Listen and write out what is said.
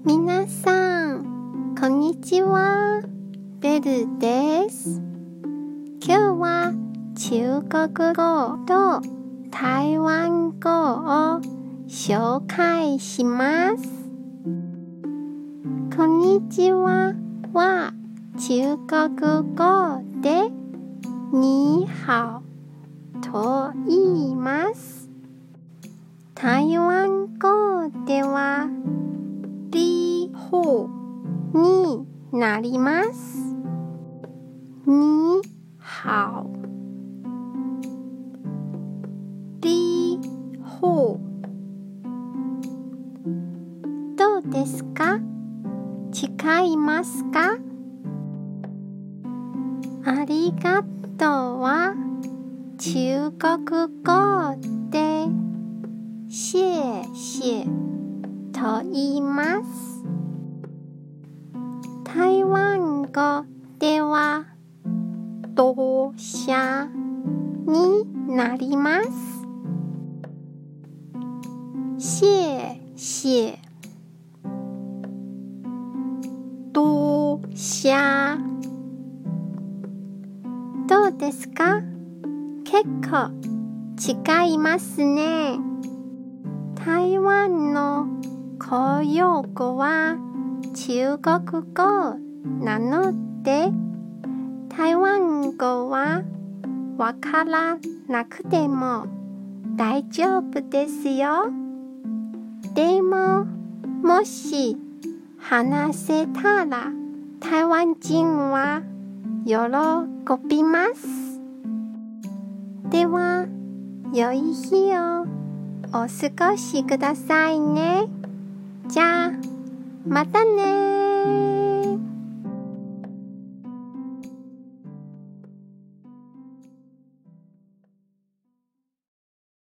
皆さん、こんにちは。ベルです。今日は中国語と台湾語を紹介します。こんにちはは中国語でに好と言います。台湾語ではリホになります。に好リホどうですか？違いますか？ありがとうは中国語で谢谢と言います。台湾語では多謝になります。谢谢多謝どうですか？結構違いますね。台湾の公用語は中国語なので、台湾語はわからなくても大丈夫ですよ。でも、もし話せたら台湾人は喜びます。では、良い日をお過ごしくださいね。じゃあ、またね。